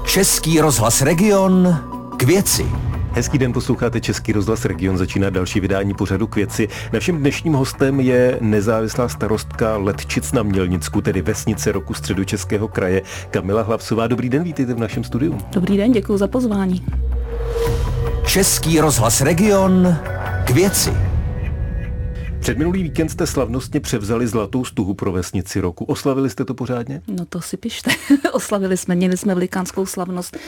Český rozhlas Region k věci. Hezký den, posloucháte Český rozhlas Region, začíná další vydání pořadu K věci. Naším dnešním hostem je nezávislá starostka Letčic na Mělnicku, tedy vesnice roku Středočeského kraje, Kamila Hlavsová. Dobrý den, vítejte v našem studiu. Dobrý den, děkuji za pozvání. Český rozhlas Region k věci. Před minulý víkend jste slavnostně převzali zlatou stuhu pro vesnici roku. Oslavili jste to pořádně? No to si pište. Oslavili jsme, měli jsme velikánskou slavnost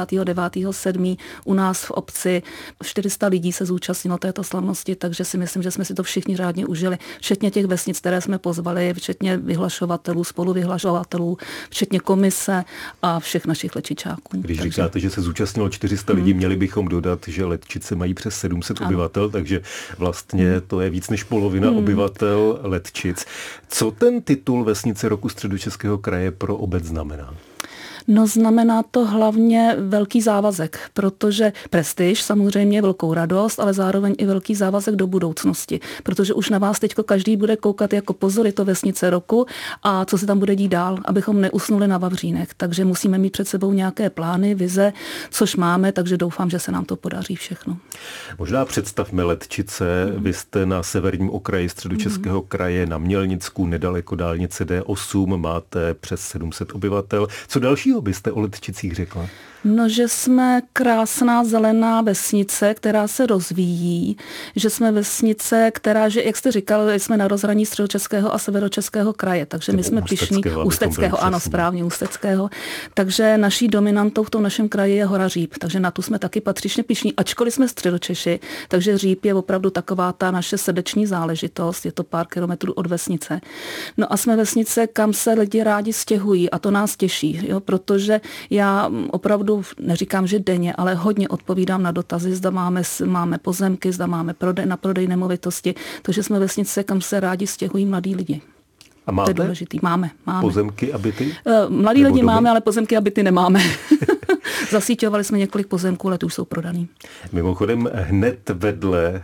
29.7. u nás v obci. 400 lidí se zúčastnilo této slavnosti, takže si myslím, že jsme si to všichni řádně užili. Včetně těch vesnic, které jsme pozvali, včetně vyhlašovatelů, spoluvyhlašovatelů, včetně komise a všech našich Letčičáků. Když říkáte, že se zúčastnilo 400 lidí, měli bychom dodat, že Letčice mají přes 700 obyvatel, takže vlastně to je víc než polovina obyvatel Letčic. Co ten titul vesnice roku Středočeského kraje pro obec znamená? No znamená to hlavně velký závazek, protože prestiž samozřejmě velkou radost, ale zároveň i velký závazek do budoucnosti, protože už na vás teďko každý bude koukat jako pozor, je to vesnice roku a co se tam bude dít dál, abychom neusnuli na vavřínech. Takže musíme mít před sebou nějaké plány, vize, což máme, takže doufám, že se nám to podaří všechno. Možná představme Letčice, vy jste na severním okraji Středočeského kraje na Mělnicku, nedaleko dálnice D8, máte přes 700 obyvatel. Co dalšího byste o Letčicích řekla? No, že jsme krásná zelená vesnice, která se rozvíjí, že jsme vesnice, která, že, jak jste říkal, jsme na rozhraní Středočeského a Severočeského kraje, takže my jsme pyšní, Ústeckého, ano, správně Ústeckého, takže naší dominantou v tom našem kraji je hora Říp, takže na tu jsme taky patřičně pyšní, ačkoliv jsme Středočeši, takže Říp je opravdu taková ta naše srdeční záležitost, je to pár kilometrů od vesnice. No a jsme vesnice, kam se lidi rádi stěhují a to nás těší, jo, protože já opravdu neříkám, že denně, ale hodně odpovídám na dotazy, zda máme pozemky, zda máme na prodej nemovitosti, takže jsme vesnice, kam se rádi stěhují mladí lidi. A máte? To je důležitý. Máme. Pozemky a byty? Mladí lidi máme, ale pozemky a byty nemáme. Zasíťovali jsme několik pozemků, ale už jsou prodaný. Mimochodem hned vedle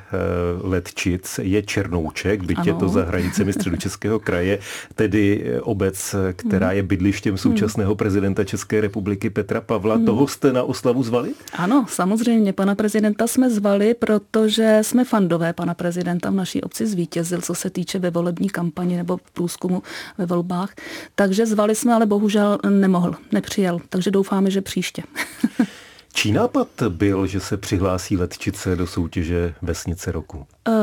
Letčic je Černouček, byť je to za hranicemi Středočeského kraje, tedy obec, která je bydlištěm současného prezidenta České republiky Petra Pavla. Toho jste na oslavu zvali? Ano, samozřejmě. Pana prezidenta jsme zvali, protože jsme fandové pana prezidenta v naší obci zvítězil, co se týče ve volební kampani nebo v průzkumu ve volbách. Takže zvali jsme, ale bohužel nepřijel. Takže doufáme, že příště. Čí nápad byl, že se přihlásí Letčice do soutěže vesnice roku?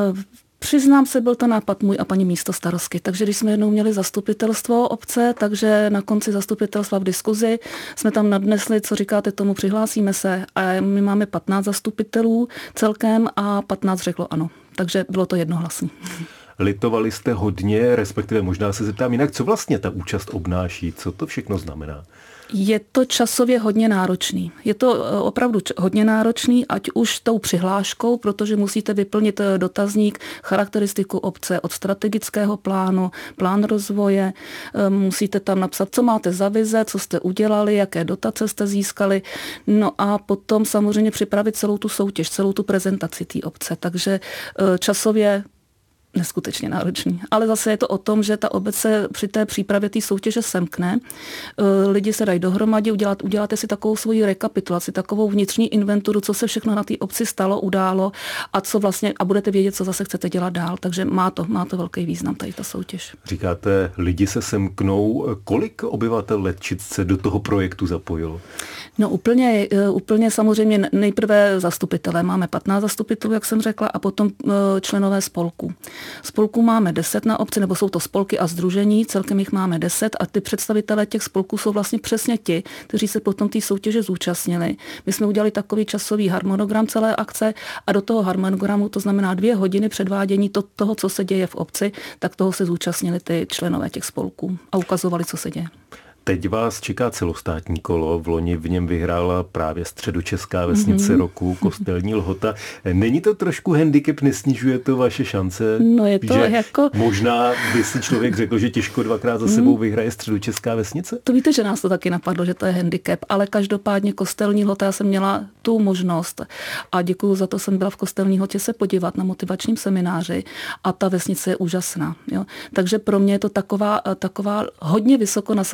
Přiznám se, byl to nápad můj a paní místostarostky. Takže když jsme jednou měli zastupitelstvo obce, takže na konci zastupitelstva v diskuzi jsme tam nadnesli, co říkáte tomu, přihlásíme se. A my máme 15 zastupitelů celkem a 15 řeklo ano. Takže bylo to jednohlasné. Litovali jste hodně, respektive možná se zeptám jinak, co vlastně ta účast obnáší, co to všechno znamená? Je to časově hodně náročný. Je to opravdu hodně náročný, ať už tou přihláškou, protože musíte vyplnit dotazník, charakteristiku obce od strategického plánu, plán rozvoje, musíte tam napsat, co máte za vize, co jste udělali, jaké dotace jste získali, no a potom samozřejmě připravit celou tu soutěž, celou tu prezentaci té obce. Takže časově neskutečně náročný. Ale zase je to o tom, že ta obec se při té přípravě té soutěže semkne, lidi se dají dohromady, uděláte si takovou svoji rekapitulaci, takovou vnitřní inventuru, co se všechno na té obci stalo, událo a co vlastně, a budete vědět, co zase chcete dělat dál. Takže má to velký význam tady ta soutěž. Říkáte, lidi se semknou. Kolik obyvatel Letčic se do toho projektu zapojilo? No úplně samozřejmě nejprve zastupitelé. Máme 15 zastupitelů, jak jsem řekla, a potom členové spolku. Spolků máme 10 na obci, nebo jsou to spolky a sdružení, celkem jich máme 10 a ty představitelé těch spolků jsou vlastně přesně ti, kteří se potom té soutěže zúčastnili. My jsme udělali takový časový harmonogram celé akce a do toho harmonogramu, to znamená 2 hodiny předvádění toho, co se děje v obci, tak toho se zúčastnili ty členové těch spolků a ukazovali, co se děje. Teď vás čeká celostátní kolo. V loni v něm vyhrála právě Středočeská vesnice roku, Kostelní Lhota. Není to trošku handicap, nesnižuje to vaše šance? No je to že jako... Možná by si člověk řekl, že těžko 2krát za sebou vyhraje Středočeská vesnice? To víte, že nás to taky napadlo, že to je handicap, ale každopádně Kostelní Lhota, já jsem měla tu možnost a děkuju za to, jsem byla v Kostelní Lhotě se podívat na motivačním semináři a ta vesnice je úžasná. Jo? Takže pro mě je to taková hodně vysoko nasazená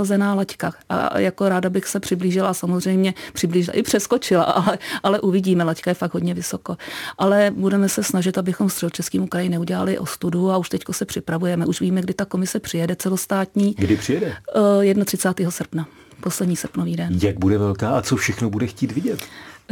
laťka. A jako ráda bych se přiblížila, samozřejmě i přeskočila, ale uvidíme, laťka je fakt hodně vysoko. Ale budeme se snažit, abychom v Středočeském kraji neudělali ostudu a už teďko se připravujeme. Už víme, kdy ta komise přijede celostátní. Kdy přijede? 31. srpna. Poslední srpnový den. Jak bude velká a co všechno bude chtít vidět?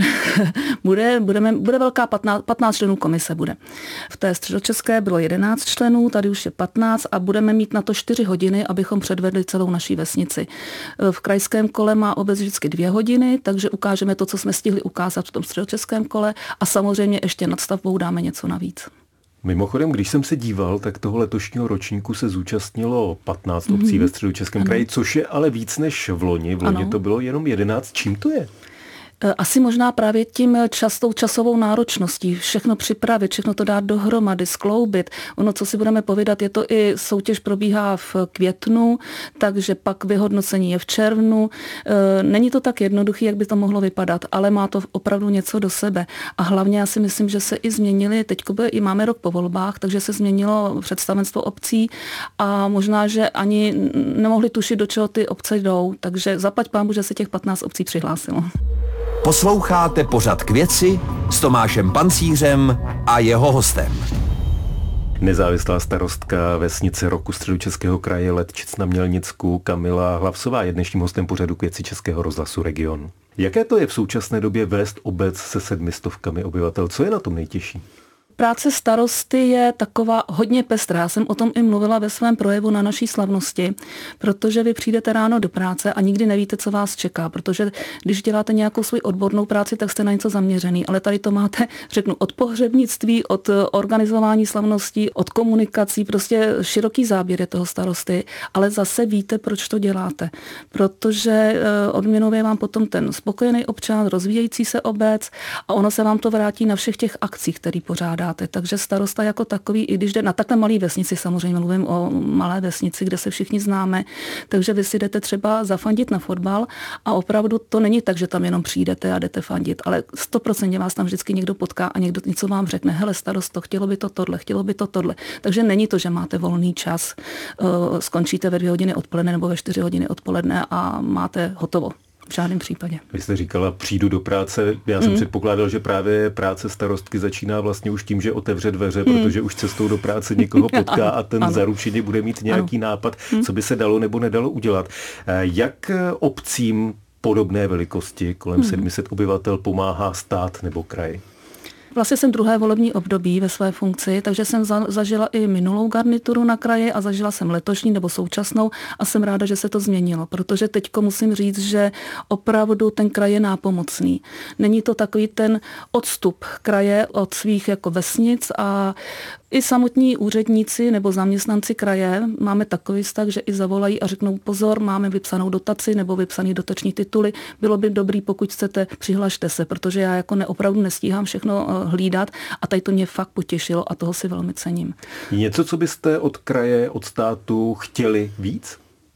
Bude velká 15 členů komise bude. V té středočeské bylo 11 členů, tady už je 15 a budeme mít na to 4 hodiny, abychom předvedli celou naší vesnici. V krajském kole má obec vždycky 2 hodiny, takže ukážeme to, co jsme stihli ukázat v tom středočeském kole a samozřejmě ještě nad stavbou dáme něco navíc. Mimochodem, když jsem se díval, tak toho letošního ročníku se zúčastnilo 15 obcí ve Středočeském kraji, což je ale víc než v loni. V loni to bylo jenom 11. Čím to je? Asi možná právě tím tou časovou náročností, všechno připravit, všechno to dát dohromady, skloubit. Ono, co si budeme povídat, je to i soutěž probíhá v květnu, takže pak vyhodnocení je v červnu. Není to tak jednoduchý, jak by to mohlo vypadat, ale má to opravdu něco do sebe. A hlavně já si myslím, že se i změnily, teďko i máme rok po volbách, takže se změnilo představenstvo obcí a možná, že ani nemohli tušit, do čeho ty obce jdou, takže zaplať pánbu, že se těch 15 obcí přihlásilo. Posloucháte pořad K věci s Tomášem Pancířem a jeho hostem. Nezávislá starostka vesnice roku Středočeského kraje Letčic na Mělnicku Kamila Hlavsová je dnešním hostem pořadu K věci Českého rozhlasu Region. Jaké to je v současné době vést obec se 700 obyvatel? Co je na tom nejtěžší? Práce starosty je taková hodně pestrá. Já jsem o tom i mluvila ve svém projevu na naší slavnosti, protože vy přijdete ráno do práce a nikdy nevíte, co vás čeká, protože když děláte nějakou svou odbornou práci, tak jste na něco zaměřený, ale tady to máte, řeknu, od pohřebnictví, od organizování slavností, od komunikací, prostě široký záběr je toho starosty, ale zase víte, proč to děláte, protože odměnově vám potom ten spokojený občan, rozvíjející se obec a ono se vám to vrátí na všech těch akcích, které pořádá. Takže starosta jako takový, i když jde na takhle malé vesnici, samozřejmě mluvím o malé vesnici, kde se všichni známe, takže vy si jdete třeba zafandit na fotbal a opravdu to není tak, že tam jenom přijdete a jdete fandit, ale 100% vás tam vždycky někdo potká a někdo něco vám řekne, hele starosto, chtělo by to tohle. Takže není to, že máte volný čas, skončíte ve 2 hodiny odpoledne nebo ve 4 hodiny odpoledne a máte hotovo. V žádném případě. Vy jste říkala, přijdu do práce. Já jsem předpokládal, že právě práce starostky začíná vlastně už tím, že otevře dveře, protože už cestou do práce někoho potká a ten zaručeně bude mít nějaký nápad, co by se dalo nebo nedalo udělat. Jak obcím podobné velikosti, kolem 700 obyvatel, pomáhá stát nebo kraj? Vlastně jsem 2. volební období ve své funkci, takže jsem zažila i minulou garnituru na kraji a zažila jsem letošní nebo současnou a jsem ráda, že se to změnilo, protože teďko musím říct, že opravdu ten kraj je nápomocný. Není to takový ten odstup kraje od svých jako vesnic a i samotní úředníci nebo zaměstnanci kraje máme takový vztah, že i zavolají a řeknou pozor, máme vypsanou dotaci nebo vypsaný dotační tituly, bylo by dobrý, pokud chcete, přihlašte se, protože já jako opravdu nestíhám všechno hlídat a tady to mě fakt potěšilo a toho si velmi cením. Něco, co byste od kraje, od státu chtěli víc?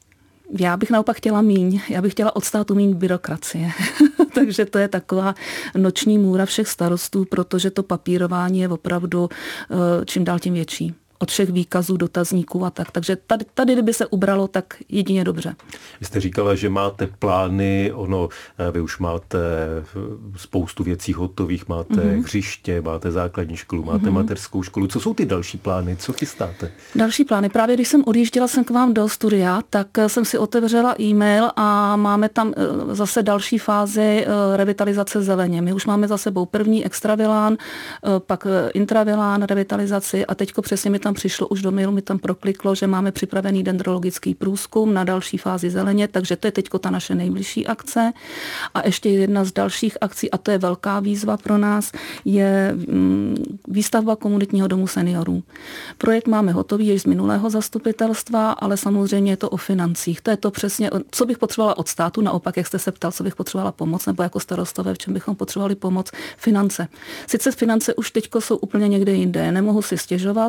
Já bych naopak chtěla míň. Já bych chtěla od státu míň byrokracie. Takže to je taková noční můra všech starostů, protože to papírování je opravdu čím dál tím větší. Od všech výkazů, dotazníků a tak. Takže tady kdyby se ubralo, tak jedině dobře. Vy jste říkala, že máte plány, vy už máte spoustu věcí hotových, máte hřiště, máte základní školu, máte mateřskou školu. Co jsou ty další plány? Co chystáte? Další plány. Právě když jsem odjížděla k vám do studia, tak jsem si otevřela e-mail a máme tam zase další fázi revitalizace zeleně. My už máme za sebou první extravilán, pak intravilán, revitalizaci a teďko přesně mi tam přišlo, už do mailu mi tam prokliklo, že máme připravený dendrologický průzkum na další fázi zeleně, takže to je teďko ta naše nejbližší akce. A ještě jedna z dalších akcí, a to je velká výzva pro nás, je výstavba komunitního domu seniorů. Projekt máme hotový již z minulého zastupitelstva, ale samozřejmě je to o financích. To je to přesně, co bych potřebovala od státu, naopak, jak jste se ptal, co bych potřebovala pomoc, nebo jako starostové, v čem bychom potřebovali pomoc, finance. Sice finance už teďko jsou úplně někde jinde, nemohu si stěžovat v tuto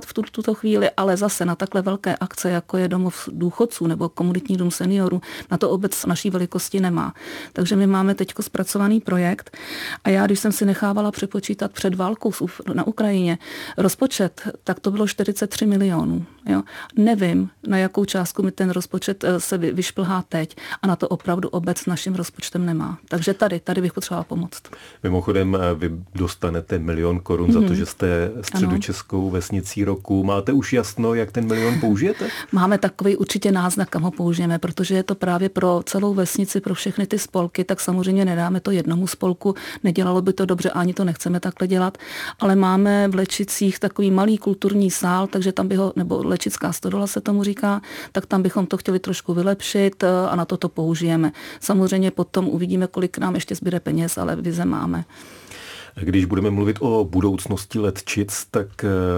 tuto chvíli, ale zase na takhle velké akce, jako je domov důchodců nebo komunitní dům seniorů, na to obec naší velikosti nemá. Takže my máme teď zpracovaný projekt a já, když jsem si nechávala přepočítat před válkou na Ukrajině rozpočet, tak to bylo 43 milionů. Jo. Nevím, na jakou částku mi ten rozpočet se vyšplhá teď a na to opravdu obec naším rozpočtem nemá. Takže tady bych potřebovala pomoct. Mimochodem, vy dostanete 1 000 000 korun za to, že jste středočeskou vesnicí roku. Máte už jasno, jak ten 1 000 000 použijete? Máme takový určitě náznak, kam ho použijeme, protože je to právě pro celou vesnici, pro všechny ty spolky, tak samozřejmě nedáme to jednomu spolku, nedělalo by to dobře, ani to nechceme takhle dělat, ale máme v Lečicích takový malý kulturní sál, takže tam by ho, nebo Lečická stodola se tomu říká, tak tam bychom to chtěli trošku vylepšit a na to použijeme. Samozřejmě potom uvidíme, kolik nám ještě zbyde peněz, ale vize máme. Když budeme mluvit o budoucnosti Letčic, tak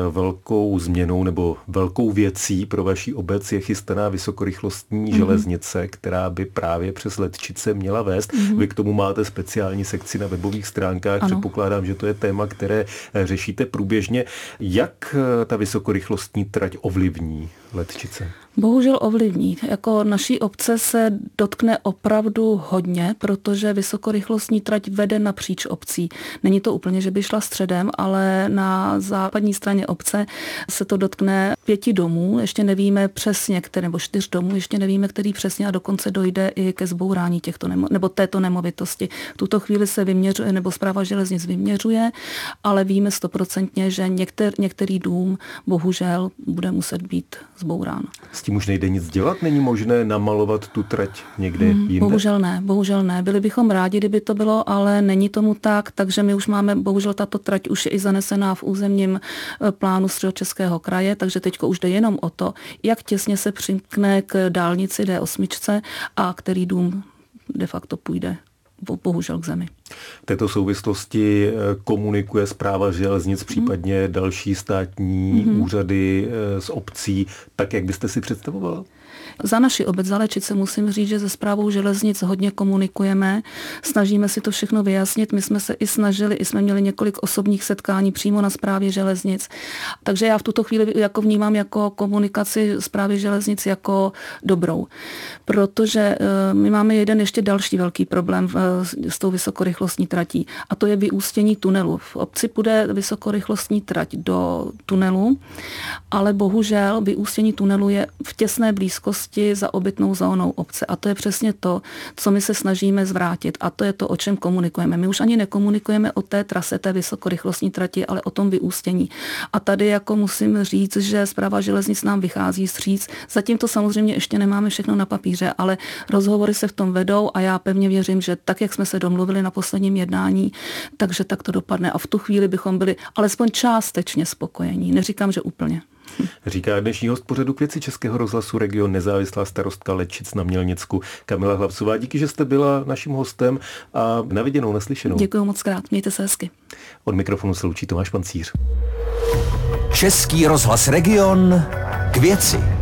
velkou změnou nebo velkou věcí pro vaši obec je chystaná vysokorychlostní železnice, která by právě přes Letčice měla vést. Vy k tomu máte speciální sekci na webových stránkách. Ano. Předpokládám, že to je téma, které řešíte průběžně. Jak ta vysokorychlostní trať ovlivní Letčice? Bohužel ovlivní. Jako naší obce se dotkne opravdu hodně, protože vysokorychlostní trať vede napříč obcí. Není to úplně, že by šla středem, ale na západní straně obce se to dotkne 5 domů, ještě nevíme přesně, nebo 4 domů, ještě nevíme, který přesně a dokonce dojde i ke zbourání těchto nebo této nemovitosti. V tuto chvíli se vyměřuje, nebo Správa železnic vyměřuje, ale víme 100%, že některý dům bohužel bude muset být zbourán. S tím už nejde nic dělat? Není možné namalovat tu trať někde jinde? Bohužel ne. Byli bychom rádi, kdyby to bylo, ale není tomu tak, takže my už máme, bohužel tato trať už je i zanesená v územním plánu Středočeského kraje, takže teďko už jde jenom o to, jak těsně se přimkne k dálnici D8 a který dům de facto půjde bohužel k zemi. V této souvislosti komunikuje Správa železnic, případně další státní úřady z obcí, tak, jak byste si představovala? Za naši obec, za Lečice, musím říct, že se Správou železnic hodně komunikujeme, snažíme si to všechno vyjasnit, my jsme se i snažili, jsme měli několik osobních setkání přímo na Správě železnic, takže já v tuto chvíli jako vnímám jako komunikaci Správy železnic jako dobrou, protože my máme jeden ještě další velký problém s tou vysokorychlostní tratí a to je vyústění tunelu. V obci půjde vysokorychlostní trať do tunelu, ale bohužel vyústění tunelu je v těsné blízkosti za obytnou zónou obce. A to je přesně to, co my se snažíme zvrátit. A to je to, o čem komunikujeme. My už ani nekomunikujeme o té trase, té vysokorychlostní trati, ale o tom vyústění. A tady jako musím říct, že Správa železnic nám vychází vstříc. Zatím to samozřejmě ještě nemáme všechno na papíře, ale rozhovory se v tom vedou a já pevně věřím, že tak, jak jsme se domluvili na posledním jednání, takže tak to dopadne. A v tu chvíli bychom byli alespoň částečně spokojení. Neříkám, že úplně. Říká dnešní host pořadu K věci Českého rozhlasu Region, nezávislá starostka Letčic na Mělnicku Kamila Hlavcová. Díky, že jste byla naším hostem a na viděnou, naslyšenou. Děkuji moc krát, mějte se hezky. Od mikrofonu se loučí Tomáš Pancíř. Český rozhlas Region, K věci.